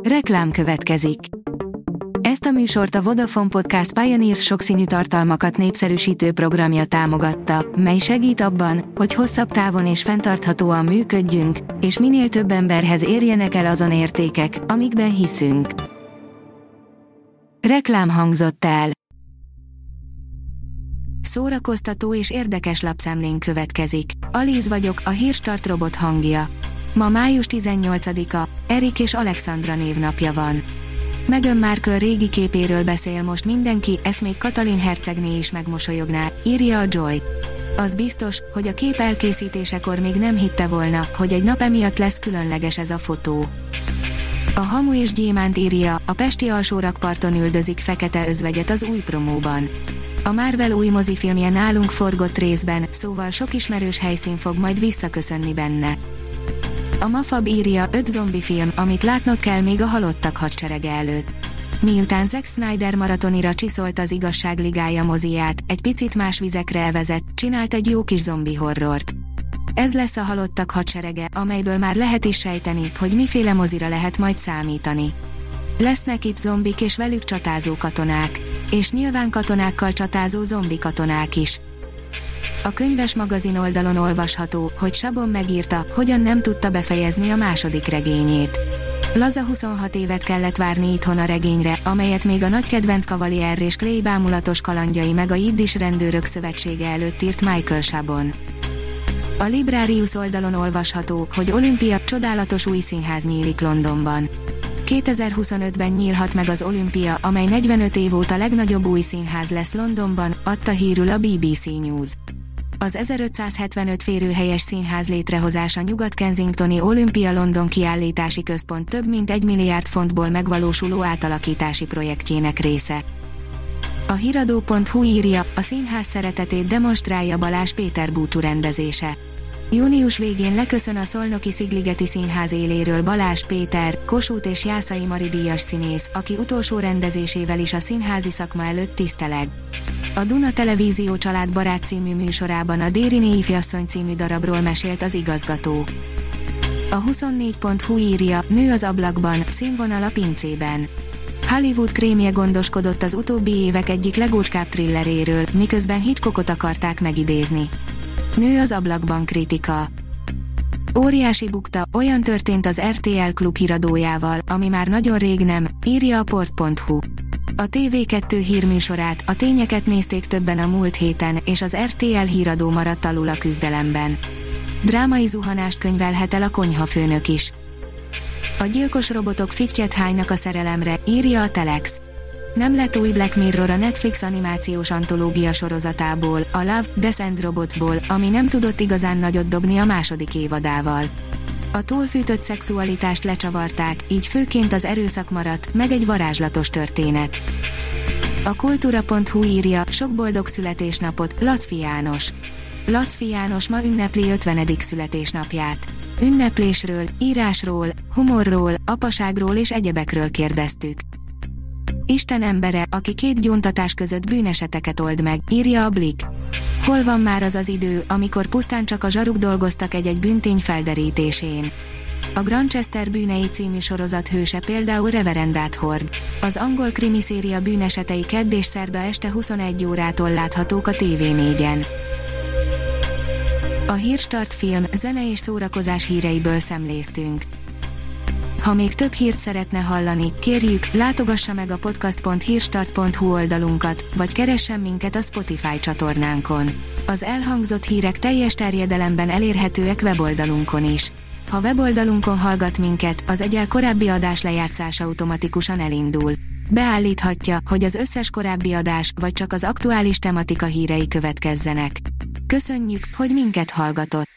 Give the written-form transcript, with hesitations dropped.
Reklám következik. Ezt a műsort a Vodafone Podcast Pioneers sokszínű tartalmakat népszerűsítő programja támogatta, mely segít abban, hogy hosszabb távon és fenntarthatóan működjünk, és minél több emberhez érjenek el azon értékek, amikben hiszünk. Reklám hangzott el. Szórakoztató és érdekes lapszemlén következik. Alíz vagyok, a Hírstart robot hangja. Ma május 18-a, Erik és Alexandra névnapja van. Meghan Markle régi képéről beszél most mindenki, ezt még Katalin hercegné is megmosolyogná, írja a Joy. Az biztos, hogy a kép elkészítésekor még nem hitte volna, hogy egy nap emiatt lesz különleges ez a fotó. A Hamu és Gyémánt írja, a pesti alsórakparton üldözik Fekete Özvegyet az új promóban. A Marvel új mozifilmje nálunk forgott részben, szóval sok ismerős helyszín fog majd visszaköszönni benne. A Mafab írja, 5 zombifilm, amit látnod kell még a halottak hadserege előtt. Miután Zack Snyder maratonira csiszolt az Igazság Ligája moziját, egy picit más vizekre elvezett, csinált egy jó kis zombi horrort. Ez lesz a halottak hadserege, amelyből már lehet is sejteni, hogy miféle mozira lehet majd számítani. Lesznek itt zombik és velük csatázó katonák. És nyilván katonákkal csatázó zombi katonák is. A könyves magazin oldalon olvasható, hogy Sabon megírta, hogyan nem tudta befejezni a második regényét. Laza 26 évet kellett várni itthon a regényre, amelyet még a nagy kedvenc Cavalier és Clay bámulatos kalandjai meg a Jiddis rendőrök szövetsége előtt írt Michael Chabon. A Librarius oldalon olvasható, hogy Olimpia, csodálatos új színház nyílik Londonban. 2025-ben nyílhat meg az Olimpia, amely 45 év óta legnagyobb új színház lesz Londonban, adta hírül a BBC News. Az 1575 férőhelyes színház létrehozása Nyugat-Kensingtoni Olympia London kiállítási központ több mint 1 milliárd fontból megvalósuló átalakítási projektjének része. A hiradó.hu írja, a színház szeretetét demonstrálja Balázs Péter búcsú rendezése. Június végén leköszön a szolnoki Szigligeti Színház éléről Balázs Péter, Kossuth és Jászai Mari díjas színész, aki utolsó rendezésével is a színházi szakma előtt tiszteleg. A Duna Televízió Családbarát című műsorában a Dériné ifjasszony című darabról mesélt az igazgató. A 24.hu írja, nő az ablakban, színvonal a pincében. Hollywood krémje gondoskodott az utóbbi évek egyik legócskább thrilleréről, miközben Hitchcockot akarták megidézni. Nő az ablakban kritika. Óriási bukta, olyan történt az RTL Klub híradójával, ami már nagyon rég nem, írja a port.hu. A TV2 hírműsorát, a tényeket nézték többen a múlt héten, és az RTL híradó maradt alul a küzdelemben. Drámai zuhanást könyvelhet el a konyhafőnök is. A gyilkos robotok fittyet hánynak a szerelemre, írja a Telex. Nem lett új Black Mirror a Netflix animációs antológia sorozatából, a Love, Death and Robotsból, ami nem tudott igazán nagyot dobni a második évadával. A túlfűtött szexualitást lecsavarták, így főként az erőszak maradt, meg egy varázslatos történet. A kultúra.hu írja, sok boldog születésnapot, Latfi János. Latfi János ma ünnepli 50. születésnapját. Ünneplésről, írásról, humorról, apaságról és egyebekről kérdeztük. Isten embere, aki 2 gyóntatás között bűneseteket old meg, írja a Blick. Hol van már az az idő, amikor pusztán csak a zsaruk dolgoztak egy-egy bűntény felderítésén? A Grantchester bűnei című sorozat hőse például reverendát hord. Az angol krimiszéria bűnesetei kedd és szerda este 21 órától láthatók a TV4-en. A Hírstart film, zene és szórakozás híreiből szemléztünk. Ha még több hírt szeretne hallani, kérjük, látogassa meg a podcast.hírstart.hu oldalunkat, vagy keressen minket a Spotify csatornánkon. Az elhangzott hírek teljes terjedelemben elérhetőek weboldalunkon is. Ha weboldalunkon hallgat minket, az egyel korábbi adás lejátszása automatikusan elindul. Beállíthatja, hogy az összes korábbi adás, vagy csak az aktuális tematika hírei következzenek. Köszönjük, hogy minket hallgatott!